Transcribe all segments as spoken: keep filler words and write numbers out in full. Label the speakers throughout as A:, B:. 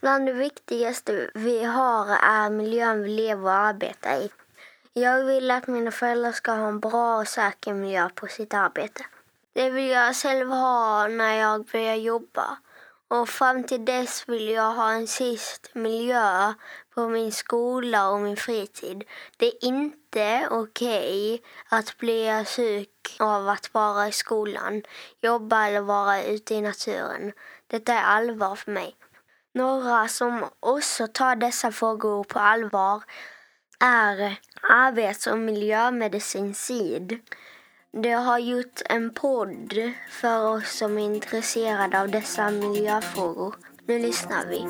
A: Bland det viktigaste vi har är miljön vi lever och arbetar i. Jag vill att mina föräldrar ska ha en bra och säker miljö på sitt arbete. Det vill jag själv ha när jag börjar jobba. Och fram till dess vill jag ha en sist miljö på min skola och min fritid. Det är inte okej att bli sjuk av att vara i skolan, jobba eller vara ute i naturen. Detta är allvar för mig. Några som också tar dessa frågor på allvar är arbets- och miljömedicin SID. De har gjort en podd för oss som är intresserade av dessa miljöfrågor. Nu lyssnar vi.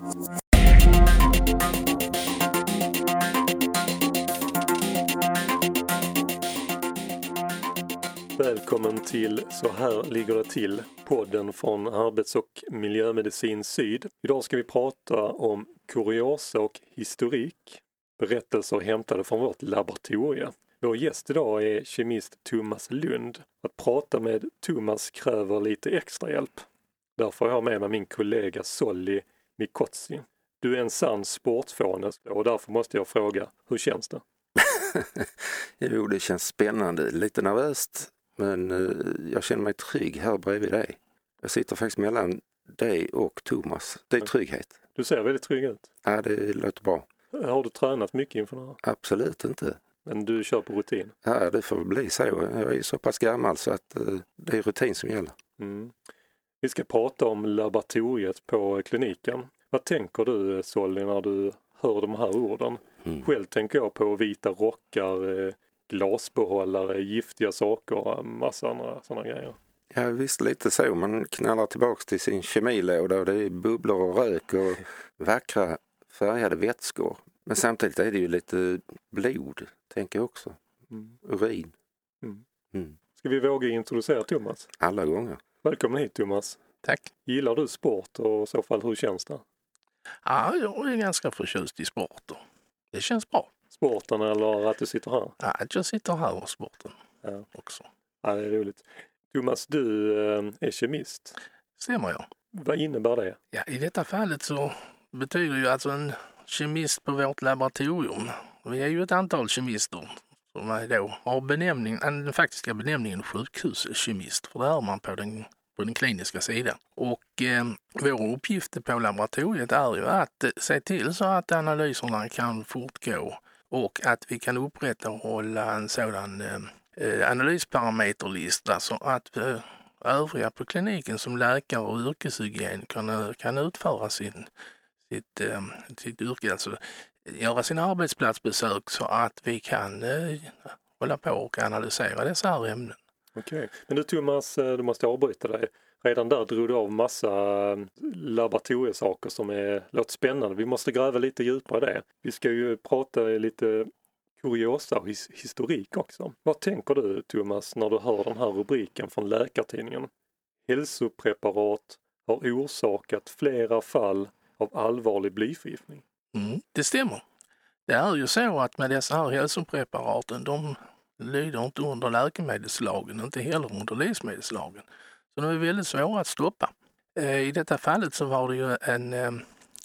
B: Välkommen till Så här ligger det till, podden från Arbets- och miljömedicin Syd. Idag ska vi prata om kuriosa och historik, berättelser hämtade från vårt laboratorium. Vår gäst idag är kemist Thomas Lund. Att prata med Thomas kräver lite extra hjälp. Därför har jag med mig min kollega Solly Mikotsi. Du är en sann sportfåne och därför måste jag fråga, hur känns det?
C: Jo, det känns spännande. Lite nervöst, men jag känner mig trygg här bredvid dig. Jag sitter faktiskt mellan dig och Thomas. Det är trygghet.
B: Du ser väldigt trygg ut.
C: Ja, det låter bra.
B: Har du tränat mycket inför det här?
C: Absolut inte.
B: Men du kör på rutin?
C: Ja, det får bli så. Jag är så pass gammal så att uh, det är rutin som gäller.
B: Mm. Vi ska prata om laboratoriet på kliniken. Vad tänker du, Solly, när du hör de här orden? Mm. Själv tänker jag på vita rockar, glasbehållare, giftiga saker, massa andra sådana grejer.
C: Ja, visst lite så. Man knallar tillbaka till sin kemilåda och det är bubblor och rök och vackra färgade vätskor. Men samtidigt är det ju lite blod, tänker jag också. Mm. Urin.
B: Mm.
C: Mm.
B: Ska vi våga introducera Thomas?
C: Alla gånger.
B: Välkommen hit, Thomas.
D: Tack.
B: Gillar du sport och i så fall hur känns det?
D: Ja, jag är ganska förtjust i sport. Det känns bra.
B: Sporten eller att du sitter här?
D: Ja, att jag sitter här och sporten
B: ja.
D: också.
B: Ja, det är roligt. Thomas, du är kemist.
D: Stämmer jag.
B: Vad innebär det?
D: Ja, i detta fallet så betyder ju alltså en kemist på vårt laboratorium. Vi är ju ett antal kemister som då har benämning, den faktiska benämningen sjukhuskemist. För det är man på den, på den kliniska sidan. Och eh, vår uppgift på laboratoriet är ju att eh, se till så att analyserna kan fortgå och att vi kan upprätthålla en sådan eh, analysparameterlista så att eh, övriga på kliniken som läkare och yrkeshygien kan, kan utföra sin, sitt, eh, sitt yrke, alltså göra sina arbetsplatsbesök så att vi kan eh, hålla på och analysera dessa här ämnen.
B: Okej, men du Thomas, du måste avbryta dig. Redan där drog du av massa laboratoriesaker som är, låter spännande. Vi måste gräva lite djupare i det. Vi ska ju prata lite kuriosa och his- historik också. Vad tänker du Thomas när du hör den här rubriken från Läkartidningen? Hälsopreparat har orsakat flera fall av allvarlig blyförgiftning.
D: Mm, det stämmer. Det är ju så att med dessa här hälsopreparaten, de lyder inte under läkemedelslagen, inte heller under livsmedelslagen. Så de är väldigt svåra att stoppa. I detta fallet så var det ju en,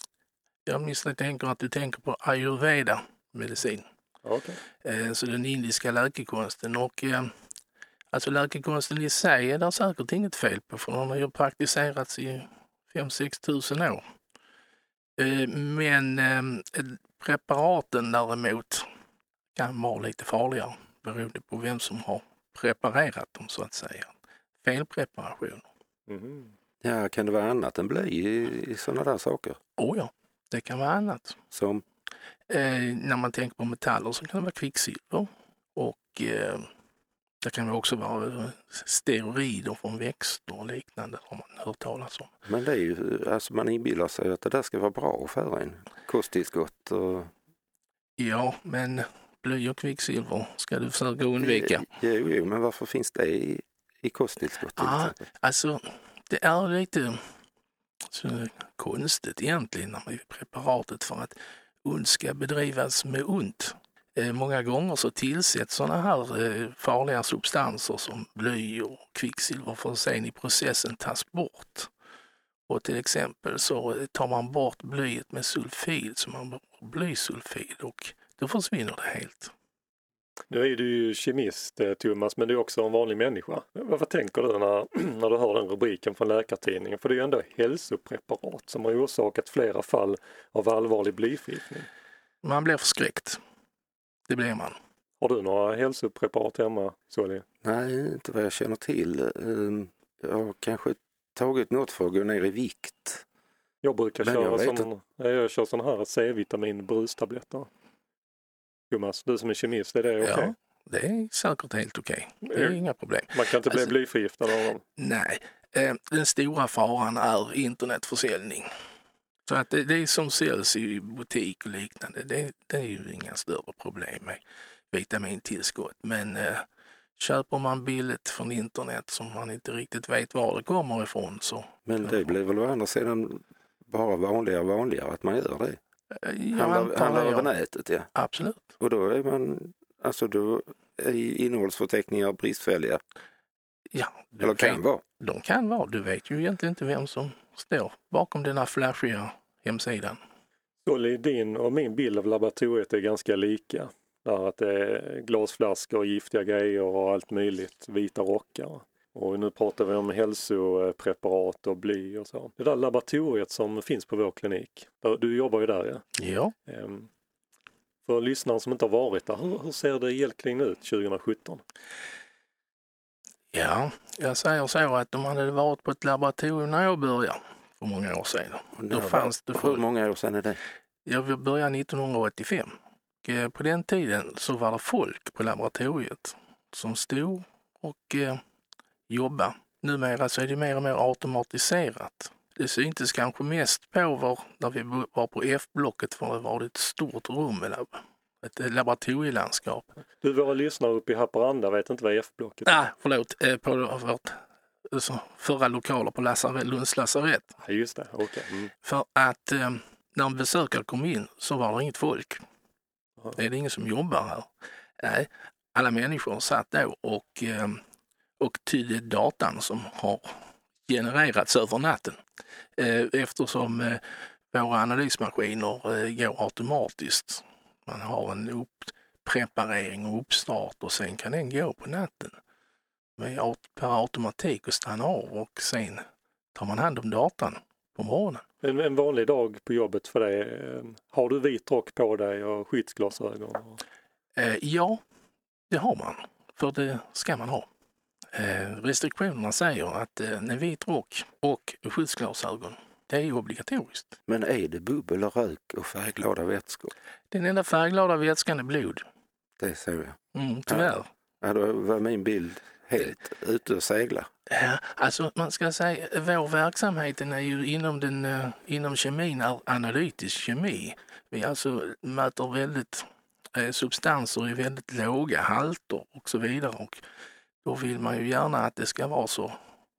D: jag misstänker att du tänker på ayurveda-medicin.
B: Okay.
D: Så den indiska läkekonsten. Och alltså läkekonsten i sig är det säkert inget fel på, för den har ju praktiserats i fem sex tusen år. Men preparaten däremot kan vara lite farligare beroende på vem som har preparerat dem så att säga. Felpreparation.
B: Mm.
C: Ja, kan det vara annat än bly i, i sådana där saker?
D: Oh ja, det kan vara annat.
C: Som?
D: Eh, när man tänker på metaller så kan det vara kvicksilver och eh, det kan också vara steroider från växter och liknande som man hört talas om.
C: Men det är ju, alltså man inbillar sig att det där ska vara bra för en kosttillskott och...
D: Ja, men bly och kvicksilver ska du försöka undvika.
C: Jo, jo, men varför finns det i, i kosttillskott till
D: ja,
C: exempel?
D: Alltså, det är lite så konstigt egentligen med preparatet för att ont ska bedrivas med ont. Eh, många gånger så tillsätts sådana här eh, farliga substanser som bly och kvicksilver för att sen i processen tas bort. Och till exempel så tar man bort blyet med sulfid, så man har blysulfid och då försvinner det helt.
B: Nu är du ju kemist, Thomas, men du är också en vanlig människa. Vad tänker du när, när du hör den rubriken från Läkartidningen? För det är ju ändå hälsopreparat som har orsakat flera fall av allvarlig blyförgiftning.
D: Man blir förskräckt. Det blir man.
B: Har du några hälsopreparat hemma, Solly?
C: Nej, inte vad jag känner till. Jag har kanske tagit något för att gå ner i vikt.
B: Jag brukar
C: Men
B: köra
C: jag
B: sån, jag kör sån här C-vitamin brustabletter. Thomas, du som är kemist, är det okej? Okay?
D: Ja, det är säkert helt okej. Okay. Det är inga problem.
B: Man kan inte bli
D: alltså,
B: blyförgiftad av dem?
D: Nej, eh, den stora faran är internetförsäljning. Så att det, det är som säljs i butik och liknande. Det, det är ju inga större problem med vitamintillskott. Men eh, köper man billigt från internet som man inte riktigt vet var det kommer ifrån så...
C: Men det blir väl å andra sidan bara vanligare och vanligare att man gör det? Handlar, handlar över nätet, ja.
D: Absolut.
C: Och då är man, alltså då är innehållsförteckningar bristfälliga.
D: Ja.
C: Eller kan vet, vara.
D: De kan vara. Du vet ju egentligen inte vem som står bakom den här flashiga hemsidan.
B: Solly, din och min bild av laboratoriet är ganska lika. Där att det är glasflaskor, giftiga grejer och allt möjligt, vita rockar. Och nu pratar vi om hälsopreparat och bly och så. Det där laboratoriet som finns på vår klinik. Du jobbar ju där, ja?
D: Ja.
B: För lyssnaren som inte har varit där, hur, hur ser det egentligen ut tjugo sjutton?
D: Ja, jag säger så att om man hade varit på ett laboratorium när jag började för många år sedan. Då fanns det
C: för... Hur många år sedan är det?
D: Jag började nittonhundraåttiofem. Och på den tiden så var det folk på laboratoriet som stod och eh, jobbade. Numera så är det mer och mer automatiserat. Det syntes kanske mest på var, när vi var på F-blocket, för det var ett stort rum, eller ett laboratorielandskap.
B: Du, våra lyssnare uppe i Haparanda vet inte vad F-blocket är.
D: Nej, ah, förlåt. Eh, på vårt alltså, förra lokaler på Lasaret, Lunds lasarett.
B: Ja, just det. Okej. Okay. Mm.
D: För att eh, när en besökare kom in så var det inget folk. Aha. Det är det ingen som jobbar här. Nej, alla människor satt då och, eh, och tydde datan som har genererats över natten. Eh, eftersom eh, våra analysmaskiner eh, går automatiskt. Man har en upppreparering och uppstart och sen kan den gå på natten med per automatik och stanna av och sen tar man hand om datan på morgonen.
B: En, en vanlig dag på jobbet för dig, har du vit rock på dig och skyddsglasögon?
D: Eh, ja, det har man. För det ska man ha. Eh, restriktionerna säger att eh, en vit rock och skyddsglasögon, det är obligatoriskt.
C: Men är det bubbel och rök och färgglada vätskor?
D: Den enda färgglada vätskan är blod.
C: Det ser jag.
D: Mm, tyvärr.
C: Ja, då var min bild helt ute och segla.
D: Ja, alltså man ska säga, vår verksamhet är ju inom, den, uh, inom kemin är analytisk kemi. Vi alltså möter väldigt uh, substanser i väldigt låga halter och så vidare. Och då vill man ju gärna att det ska vara så,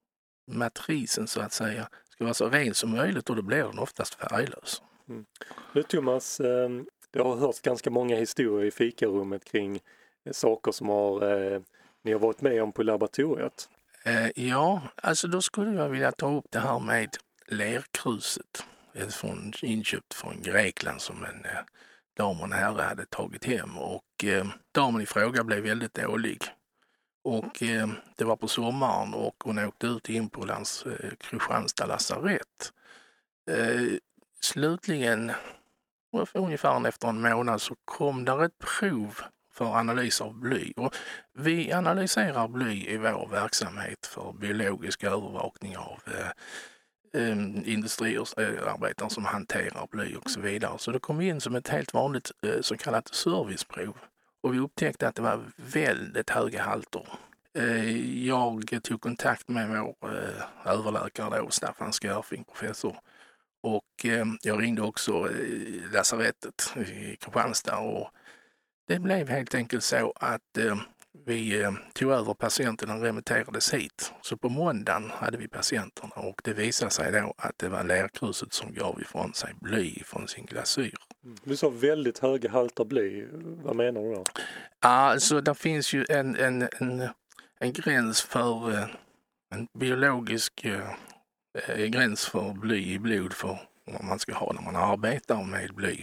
D: matrisen så att säga, ska vara så ren som möjligt och då blir den oftast färglös.
B: Mm. Nu Thomas, eh, det har hörts ganska många historier i fikarummet kring eh, saker som har, eh, ni har varit med om på laboratoriet.
D: Eh, ja, alltså då skulle jag vilja ta upp det här med lerkruset. Från, inköpt från Grekland som en eh, dam och en herre hade tagit hem. Och eh, damen i fråga blev väldigt dålig. Och eh, det var på sommaren och hon åkte ut in på lands eh, Kristianstad lasarett. Eh, slutligen, ungefär efter en månad, så kom där ett prov för analys av bly. Och vi analyserar bly i vår verksamhet för biologisk övervakning av eh, eh, industriarbetare som hanterar bly och så vidare. Så det kom in som ett helt vanligt eh, så kallat serviceprov. Och vi upptäckte att det var väldigt höga halter. Eh, jag tog kontakt med vår eh, överläkare då, Staffan Skärfing, professor. Och eh, jag ringde också i lasarettet i Kristianstad och det blev helt enkelt så att eh, vi eh, tog över patienten och remitterades hit. Så på måndagen hade vi patienterna och det visade sig då att det var lerkruset som gav ifrån sig bly från sin glasyr.
B: Du sa väldigt höga halter bly. Vad menar du då?
D: Alltså det finns ju en, en, en, en gräns för eh, en biologisk eh, eh, gräns för bly i blod för vad man ska ha när man arbetar med bly.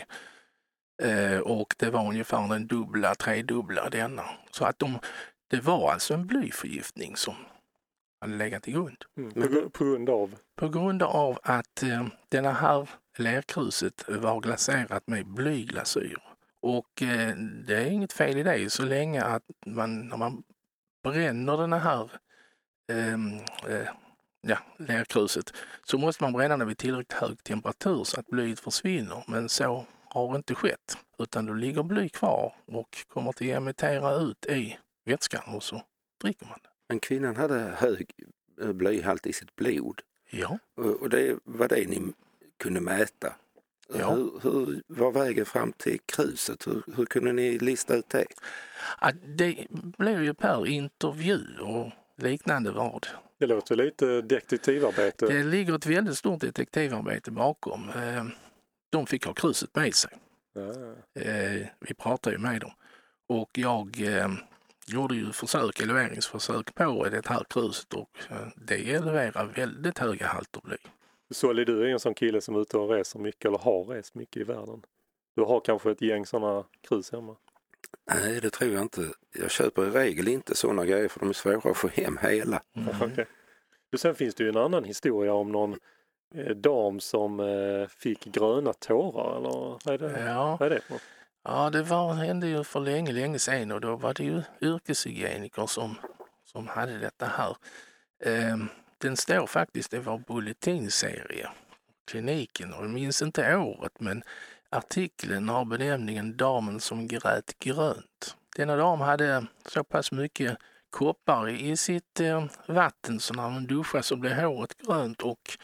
D: Eh, och det var ungefär den dubbla, tredubbla denna. Så att de, det var alltså en blyförgiftning som hade legat till grund.
B: Mm. På, på grund av?
D: På grund av att eh, denna här lerkruset var glaserat med blyglasyr. Och eh, det är inget fel i det så länge att man, när man bränner den här eh, eh, ja, lerkruset så måste man bränna det vid tillräckligt hög temperatur så att blyet försvinner. Men så har inte skett, utan då ligger bly kvar och kommer att emittera ut i vätskan och så dricker man det.
C: Men kvinnan hade hög blyhalt i sitt blod.
D: Ja.
C: Och, och det var det ni kunde mäta.
D: Ja.
C: Hur, hur var vägen fram till kruset? Hur, hur kunde ni lista ut det?
D: Ja, det blev ju per intervju och liknande vad.
B: Det låter lite detektivarbete.
D: Det ligger ett väldigt stort detektivarbete bakom. De fick ha kruset med sig.
B: Ja.
D: Vi pratade ju med dem. Och jag eh, gjorde ju försök, eleveringsförsök på det här kruset och eh, det eleverar väldigt höga halter bly.
B: Så är du en sån kille som är ute och reser mycket eller har rest mycket i världen? Du har kanske ett gäng sådana krus hemma?
C: Nej, det tror jag inte. Jag köper i regel inte sådana grejer för de är svåra att få hem hela.
B: Mm. Okay. Sen finns det ju en annan historia om någon eh, dam som eh, fick gröna tårar eller vad är det?
D: Ja.
B: Vad är det?
D: Ja, det var, hände ju för länge, länge sedan och då var det ju yrkeshygieniker som, som hade detta här. Eh, den står faktiskt, det var bulletinserie, kliniken, och jag minns inte året, men artikeln har benämningen Damen som grät grönt. Denna dam hade så pass mycket koppar i sitt eh, vatten så när hon duschade så blev håret grönt och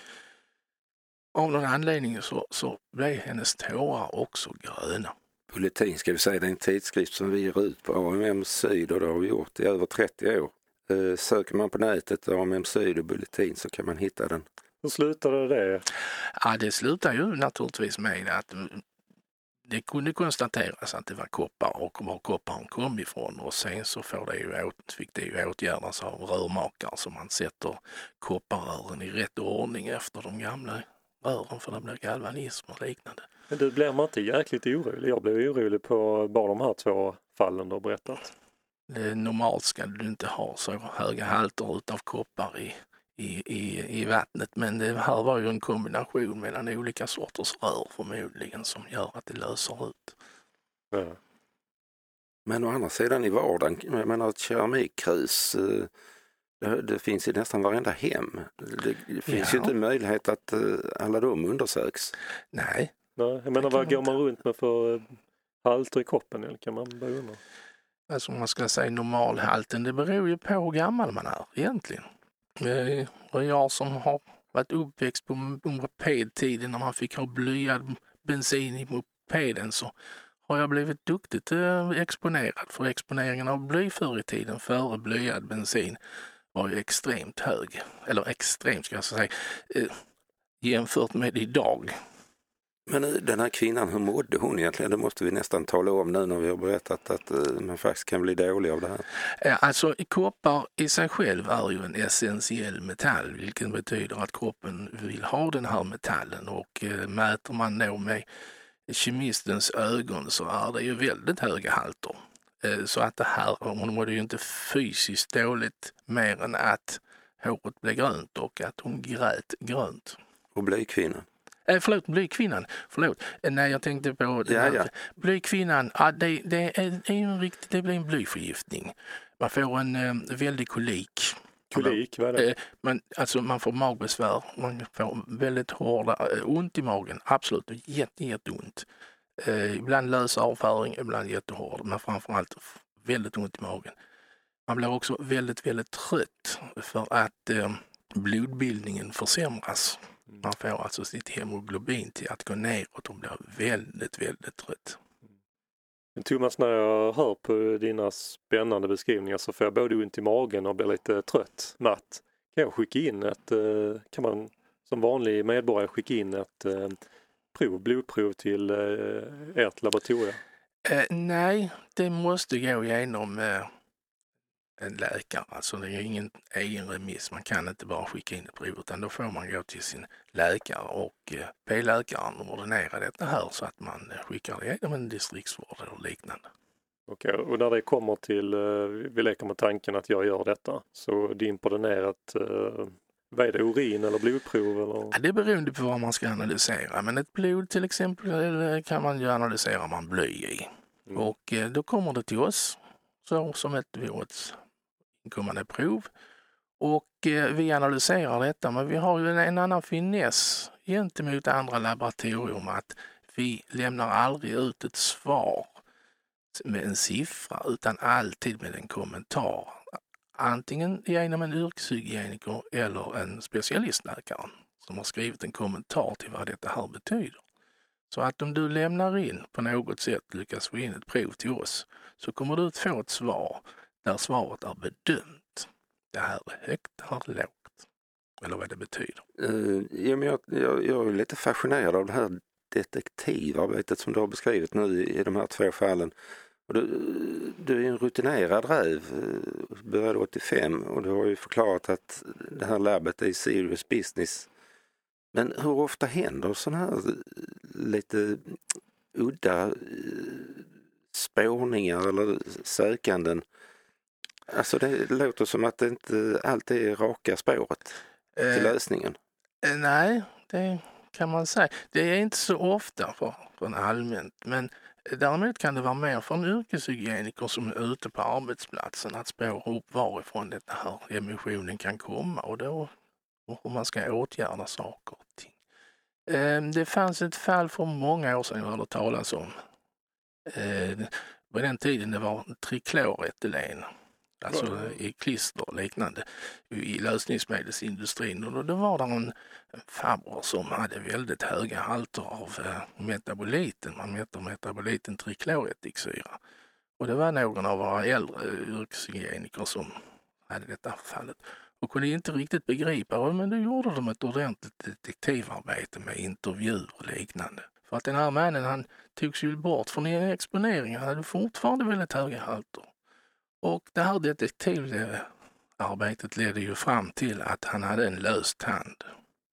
D: av någon anledning så, så blev hennes tårar också gröna.
C: Bulletin ska vi säga, det är en tidskrift som vi ger ut på A M M Syd och det har vi gjort i över trettio år. Eh, söker man på nätet A M M Syd och Bulletin så kan man hitta den.
B: Hur slutade det?
D: Ja, det slutar ju naturligtvis med att det kunde konstateras att det var koppar och var kopparen kom ifrån och sen så får det ju, fick det ju åtgärdas av rörmakare så man sätter kopparrören i rätt ordning efter de gamla rören för det blir galvanism och liknande.
B: Men du, blir man inte jäkligt orolig? Jag blev orolig på bara de här två fallen du har berättat.
D: Det, normalt ska du inte ha så höga halter utav koppar i, i, i, i vattnet, men det här var ju en kombination mellan olika sorters rör förmodligen som gör att det löser ut.
B: Ja.
C: Men å andra sidan i vardagen, jag menar ett keramikkrus, det, det finns i nästan varenda hem. Det, det finns
D: Ja.
C: ju inte möjlighet att alla de undersöks.
D: Nej.
B: Nej, jag menar, vad går man runt med för halter i kroppen? Eller kan man börja undra?
D: Alltså man ska säga normalhalten, det beror ju på hur gammal man är egentligen. Eh, och jag som har varit uppväxt på mopedtiden när man fick ha blyad bensin i mopeden så har jag blivit duktigt eh, exponerad för exponeringen av bly förr i tiden före blyad bensin var ju extremt hög. Eller extremt ska jag säga, eh, jämfört med idag.
C: Men den här kvinnan, hur mådde hon egentligen? Det måste vi nästan tala om nu när vi har berättat att man faktiskt kan bli dålig av det här.
D: Alltså koppar i sig själv är ju en essentiell metall, vilket betyder att kroppen vill ha den här metallen och eh, mäter man då med kemistens ögon så är det ju väldigt höga halter. Eh, så att det här, hon mådde ju inte fysiskt dåligt mer än att håret blev grönt och att hon grät grönt.
C: Och blykvinnan?
D: Eh, förlåt, blykvinnan. Förlåt. Eh, nej, jag tänkte på det
C: ja,
D: här.
C: ja.
D: Blykvinnan, ja, det, det, är, det, är en rikt, det blir en blyförgiftning. Man får en eh, väldig kolik.
B: Kolik, vad är det?
D: Eh, man, alltså man får magbesvär, man får väldigt hårda, eh, ont i magen, absolut, jätte, jätteont. Eh, ibland lös avföring, ibland jättehård, men framförallt väldigt ont i magen. Man blir också väldigt, väldigt trött för att eh, blodbildningen försämras. Man får alltså sitt hemoglobin till att gå ner och de blir väldigt, väldigt trött.
B: Thomas, när jag hör på dina spännande beskrivningar så får jag både ont i magen och blir lite trött, matt. Kan jag skicka in ett, kan man som vanlig medborgare skicka in ett prov, blodprov till ert laboratorium?
D: Eh, nej, det måste gå igenom eh, en läkare. Alltså det är ingen egen remiss. Man kan inte bara skicka in ett prov utan då får man gå till sin läkare och eh, be läkaren ordinera detta här så att man eh, skickar det genom en distriktsvård eller liknande.
B: Okej, och när det kommer till, eh, vi leker med tanken att jag gör detta, så det är impordinerat, eh, vad är det, urin eller blodprov? Eller?
D: Ja, det är beroende på vad man ska analysera. Men ett blod till exempel kan man ju analysera om man bly i. Mm. Och eh, då kommer det till oss så som ett, ett inkommande prov. Och eh, vi analyserar detta, men vi har ju en, en annan finess gentemot andra laboratorium att vi lämnar aldrig ut ett svar med en siffra utan alltid med en kommentar. Antingen genom en yrkeshygieniker eller en specialistläkare som har skrivit en kommentar till vad detta här betyder. Så att om du lämnar in på något sätt, lyckas få in ett prov till oss, så kommer du att få ett svar där svaret är bedömt. Det här är högt, det här är lågt. Eller vad det betyder.
C: Uh, ja, men jag, jag, jag är lite fascinerad av det här detektivarbetet som du har beskrivit nu i, i de här två fallen. Och du, du är en rutinerad räv, började åttiofem, och du har ju förklarat att det här labbet är serious business. Men hur ofta händer sådana här lite udda spårningar eller sökanden? Alltså det låter som att det inte alltid är raka spåret till eh, lösningen.
D: Eh, nej, det kan man säga. Det är inte så ofta för, för en allmänt, men däremot kan det vara mer för en yrkeshygieniker som är ute på arbetsplatsen att spåra upp varifrån det här emissionen kan komma och då och hur man ska åtgärda saker och ting. Eh, det fanns ett fall för många år sedan jag hörde talas om. Eh, på den tiden det var trikloretylen. Alltså i klister och liknande i lösningsmedelsindustrin. Och då var det en farbror som hade väldigt höga halter av eh, metaboliten. Man mäter metaboliten trikloretiksyra. Och det var någon av våra äldre yrkeshygieniker som hade detta fallet. Och kunde inte riktigt begripa, men då gjorde de ett ordentligt detektivarbete med intervjuer och liknande. För att den här mannen, han togs ju bort från en exponering. Han hade fortfarande väldigt höga halter. Och det här detektivarbetet ledde ju fram till att han hade en lös tand.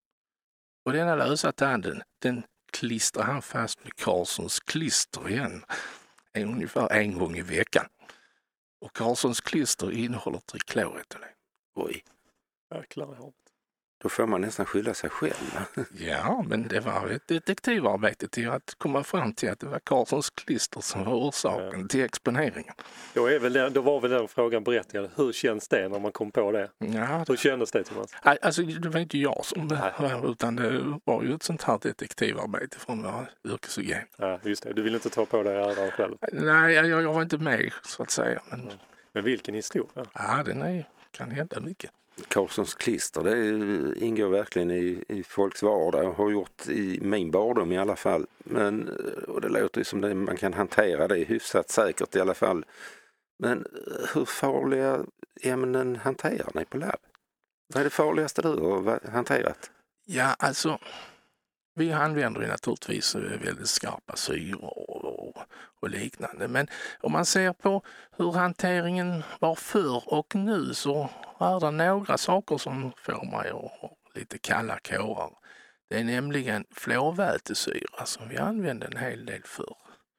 D: Och denna lösa tanden, den klistrar han fast med Carlssons klister igen. Ungefär en gång i veckan. Och Carlssons klister innehåller trikloretylen. Oj.
B: Jäklar, ja.
C: Då får man nästan skylla sig själv.
D: Ja, men det var ett detektivarbete till att komma fram till att det var Carlssons klister som var orsaken ja. till exponeringen.
B: Då, är väl den, då var väl den frågan berättigad. Hur känns det när man kom på det?
D: Ja,
B: Hur kändes det, Thomas?
D: Alltså, det var inte jag som det var, utan det var ju ett sånt här detektivarbete från våra yrkeshygieniker.
B: Ja, just det. Du vill inte ta på dig äran själv?
D: Nej, jag, jag var inte med, så att säga. Men,
B: ja. men vilken historia?
D: Ja, den är, kan hända mycket.
C: Carlssons klister, det ingår verkligen i, i folks vardag och har gjort i min barndom i alla fall. Men, och det låter ju som det, man kan hantera det hyfsat säkert i alla fall. Men hur farliga ämnen hanterar ni på labb? Vad är det farligaste du har hanterat?
D: Ja, alltså vi använder ju naturligtvis väldigt skarpa syror och, och liknande. Men om man ser på hur hanteringen var förr och nu så är det några saker som får mig att lite kalla kårar. Det är nämligen fluorvätesyra som vi använde en hel del förr.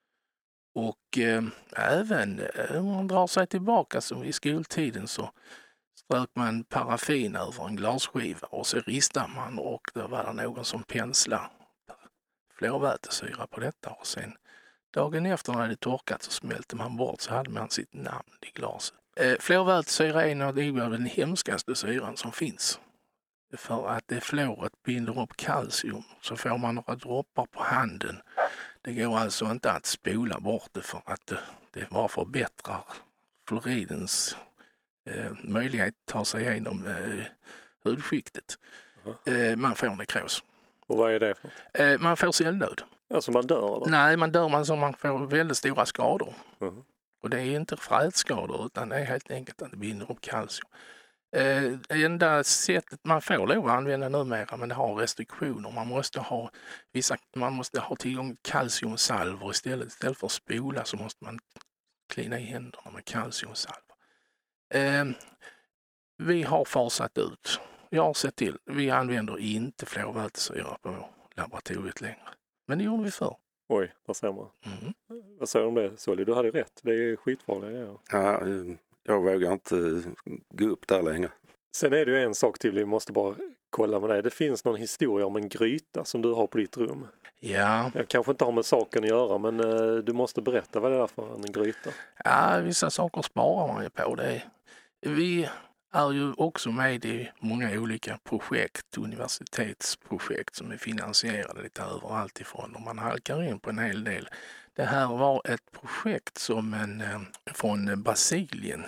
D: Och eh, även om man drar sig tillbaka som i skoltiden så strök man paraffin över en glasskiva och så ristar man och då var det någon som penslade fluorvätesyra på detta och sen dagen efter när det torkat så smälte man bort så hade man sitt namn i glaset. Eh, fluorvätesyra är en av den hemskaste syran som finns. För att det fluoret binder upp kalcium så får man några droppar på handen. Det går alltså inte att spola bort det för att det, det bara förbättrar fluoridens eh, möjlighet att ta sig igenom eh, hudskiktet. Eh, man får nekros.
B: Och vad är det för?
D: Eh, man får celldöd.
B: Alltså man dör eller?
D: Nej, man dör man så man får väldigt stora skador.
B: Uh-huh.
D: Och det är inte frätskador utan det är helt enkelt att det binder upp kalcium. Eh, enda sättet man får lov att använda numera, men det har restriktioner. Man måste ha vissa, man måste ha tillgång till kalciumsalvor istället. Istället för att spola så måste man klina i händerna med kalciumsalvor. Eh, vi har fasat ut. Jag har sett till. Vi använder inte fluorvätesyra på laboratoriet längre. Men det gjorde vi förr.
B: Oj, vad säger man?
D: Mm.
B: Vad säger du om det, Solly? Du hade rätt. Det är skitfarliga grejer.
C: Ja, jag vågar inte gå upp där längre.
B: Sen är det ju en sak till vi måste bara kolla med dig. Det finns någon historia om en gryta som du har på ditt rum.
D: Ja.
B: Jag kanske inte har med saken att göra, men uh, du måste berätta vad det är för en gryta.
D: Ja, vissa saker sparar man ju på det. Vi är ju också med i många olika projekt, universitetsprojekt som är finansierade lite överallt ifrån. Och man halkar in på en hel del. Det här var ett projekt som en från Brasilien,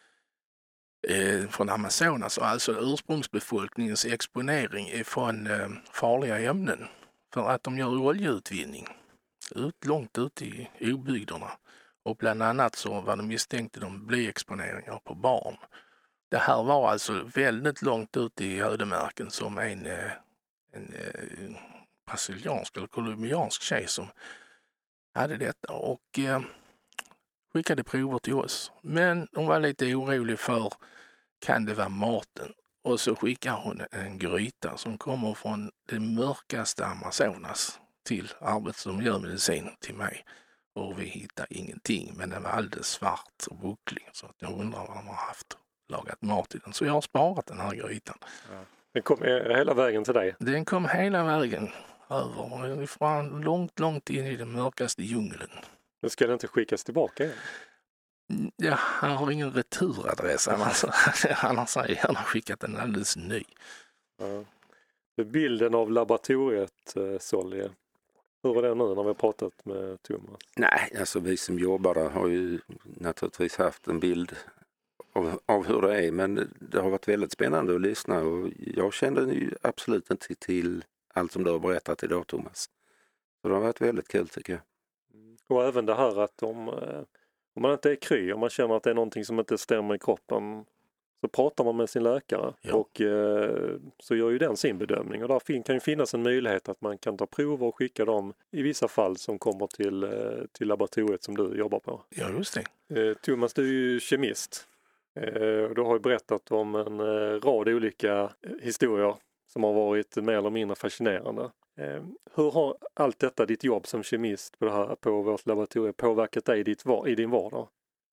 D: eh, från Amazonas, alltså ursprungsbefolkningens exponering från eh, farliga ämnen. För att de gör oljeutvinning ut, långt ut i obygderna. Och bland annat så var de misstänkte de blyexponeringar på barn. Det här var alltså väldigt långt ut i ödemarken som en, en, en brasiliansk eller kolumbiansk tjej som hade detta och eh, skickade prover till oss. Men hon var lite orolig för, kan det vara maten? Och så skickar hon en gryta som kommer från det mörkaste Amazonas till arbets- och miljömedicin till mig. Och vi hittar ingenting, men den var alldeles svart och bucklig så att jag undrar vad de har haft lagat mat i den. Så jag har sparat den här grytan.
B: Ja. Den kom hela vägen till dig?
D: Den kom hela vägen över, ifrån långt, långt in i den mörkaste djungeln.
B: Men ska den inte skickas tillbaka igen?
D: Ja, han har ingen returadress. Annars, annars har jag gärna skickat den alldeles ny.
B: Ja. Bilden av laboratoriet, Solly, hur är det nu när vi har pratat med Thomas?
C: Nej, alltså vi som jobbar där har ju naturligtvis haft en bild av, av hur det är. Men det har varit väldigt spännande att lyssna och jag kände ju absolut inte till allt som du har berättat idag, Thomas. Så det har varit väldigt kul tycker jag.
B: Och även det här att om, om man inte är kry, om man känner att det är någonting som inte stämmer i kroppen, så pratar man med sin läkare ja. och eh, så gör ju den sin bedömning. Och där fin- kan ju finnas en möjlighet att man kan ta prover och skicka dem i vissa fall som kommer till, eh, till laboratoriet som du jobbar på.
D: Ja, just det.
B: Eh, Thomas, du är ju kemist. Eh, och du har ju berättat om en eh, rad olika historier som har varit mer eller mindre fascinerande. Eh, hur har allt detta, ditt jobb som kemist på, det här, på vårt laboratorium, påverkat dig i, ditt, i din vardag?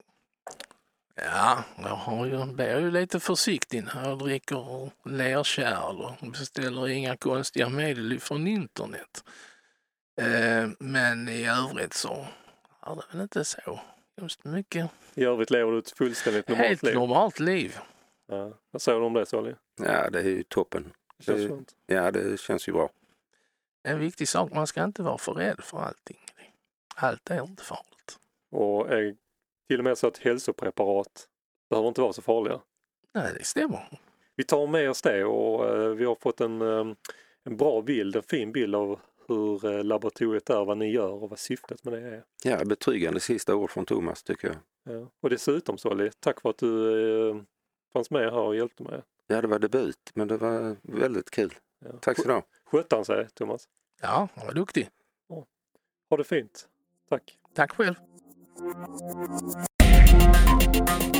D: Ja, jag har ju, blir ju lite försiktig när jag dricker lerkärl och beställer inga konstiga medel från internet. Eh, men i övrigt så är det väl inte så just mycket.
B: I övrigt lever du ett fullständigt normalt
D: Helt
B: liv?
D: Helt normalt liv.
B: Ja. Vad säger du om det, Solly?
C: Ja, det är ju toppen.
B: Det känns
C: det,
B: skönt.
C: Ja, det känns ju bra.
D: En viktig sak, man ska inte vara för rädd för allting. Allt är inte farligt.
B: Och är till och med så att hälsopreparat behöver inte vara så farliga.
D: Nej, det stämmer.
B: Vi tar med oss det och uh, vi har fått en, um, en bra bild, en fin bild av hur uh, laboratoriet är, vad ni gör och vad syftet med det är.
C: Ja, betryggande sista ord från Thomas tycker jag.
B: Ja. Och dessutom, Solly, tack för att du uh, fanns med här och hjälpte mig.
C: Ja, det var debut, men det var väldigt kul. Ja. Tack så du.
B: Skötte han sig, Thomas?
D: Ja, han var duktig.
B: Ja. Ha det fint. Tack.
D: Tack själv.